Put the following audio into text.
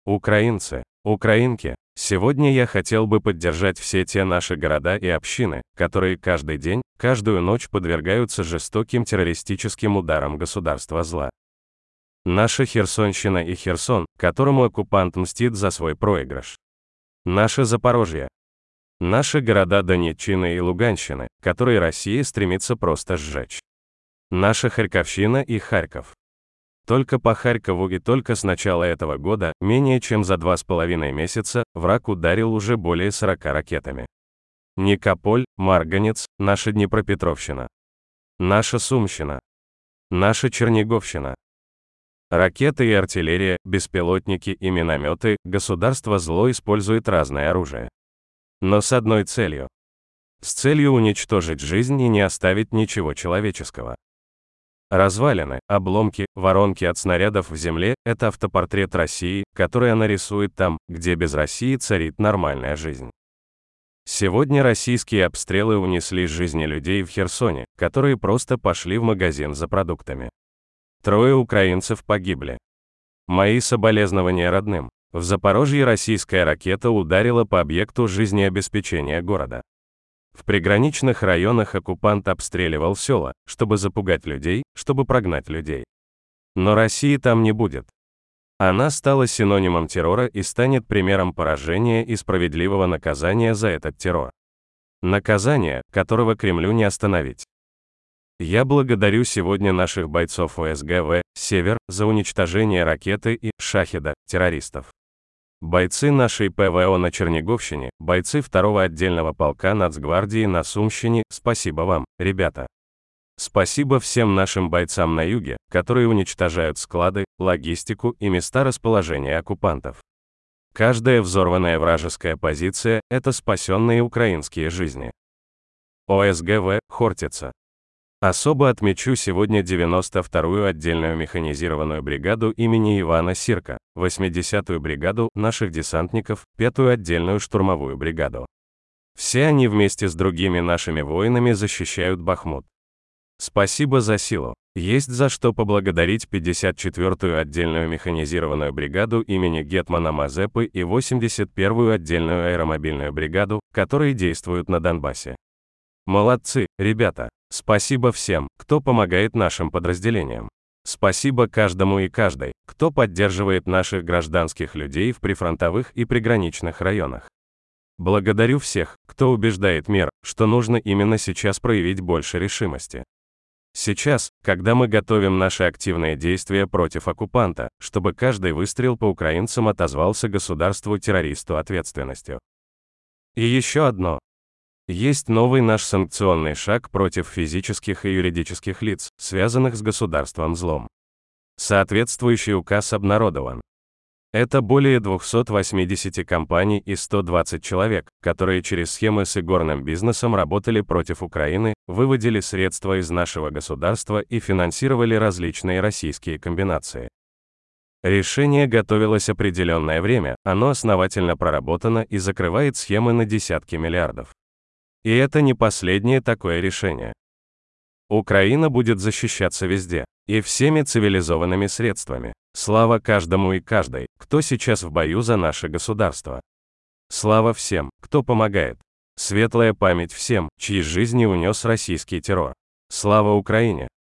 Украинцы, украинки, сегодня я хотел бы поддержать все те наши города и общины, которые каждый день, каждую ночь подвергаются жестоким террористическим ударам государства зла. Наша Херсонщина и Херсон, которому оккупант мстит за свой проигрыш. Наше Запорожье. Наши города Донеччины и Луганщины, которые Россия стремится просто сжечь. Наша Харьковщина и Харьков. Только по Харькову и только с начала этого года, менее чем за 2,5 месяца, враг ударил уже более 40 ракетами. Никополь, Марганец, наша Днепропетровщина. Наша Сумщина. Наша Черниговщина. Ракеты и артиллерия, беспилотники и минометы, государство зло использует разное оружие. Но с одной целью. С целью уничтожить жизнь и не оставить ничего человеческого. Развалины, обломки, воронки от снарядов в земле – это автопортрет России, который она рисует там, где без России царит нормальная жизнь. Сегодня российские обстрелы унесли жизни людей в Херсоне, которые просто пошли в магазин за продуктами. 3 украинцев погибли. Мои соболезнования родным. В Запорожье российская ракета ударила по объекту жизнеобеспечения города. В приграничных районах оккупант обстреливал села, чтобы запугать людей, чтобы прогнать людей. Но России там не будет. Она стала синонимом террора и станет примером поражения и справедливого наказания за этот террор. Наказание, которого Кремлю не остановить. Я благодарю сегодня наших бойцов ОСГВ «Север» за уничтожение ракеты и «Шахеда» террористов. Бойцы нашей ПВО на Черниговщине, бойцы 2-го отдельного полка Нацгвардии на Сумщине, спасибо вам, ребята. Спасибо всем нашим бойцам на юге, которые уничтожают склады, логистику и места расположения оккупантов. Каждая взорванная вражеская позиция – это спасенные украинские жизни. ОСГВ «Хортица». Особо отмечу сегодня 92-ю отдельную механизированную бригаду имени Ивана Сирка, 80-ю бригаду наших десантников, 5-ю отдельную штурмовую бригаду. Все они вместе с другими нашими воинами защищают Бахмут. Спасибо за силу. Есть за что поблагодарить 54-ю отдельную механизированную бригаду имени Гетмана Мазепы и 81-ю отдельную аэромобильную бригаду, которые действуют на Донбассе. Молодцы, ребята. Спасибо всем, кто помогает нашим подразделениям. Спасибо каждому и каждой, кто поддерживает наших гражданских людей в прифронтовых и приграничных районах. Благодарю всех, кто убеждает мир, что нужно именно сейчас проявить больше решимости. Сейчас, когда мы готовим наши активные действия против оккупанта, чтобы каждый выстрел по украинцам отозвался государству-террористу ответственностью. И еще одно. Есть новый наш санкционный шаг против физических и юридических лиц, связанных с государством злом. Соответствующий указ обнародован. Это более 280 компаний и 120 человек, которые через схемы с игорным бизнесом работали против Украины, выводили средства из нашего государства и финансировали различные российские комбинации. Решение готовилось определенное время, оно основательно проработано и закрывает схемы на десятки миллиардов. И это не последнее такое решение. Украина будет защищаться везде, и всеми цивилизованными средствами. Слава каждому и каждой, кто сейчас в бою за наше государство. Слава всем, кто помогает. Светлая память всем, чьи жизни унес российский террор. Слава Украине!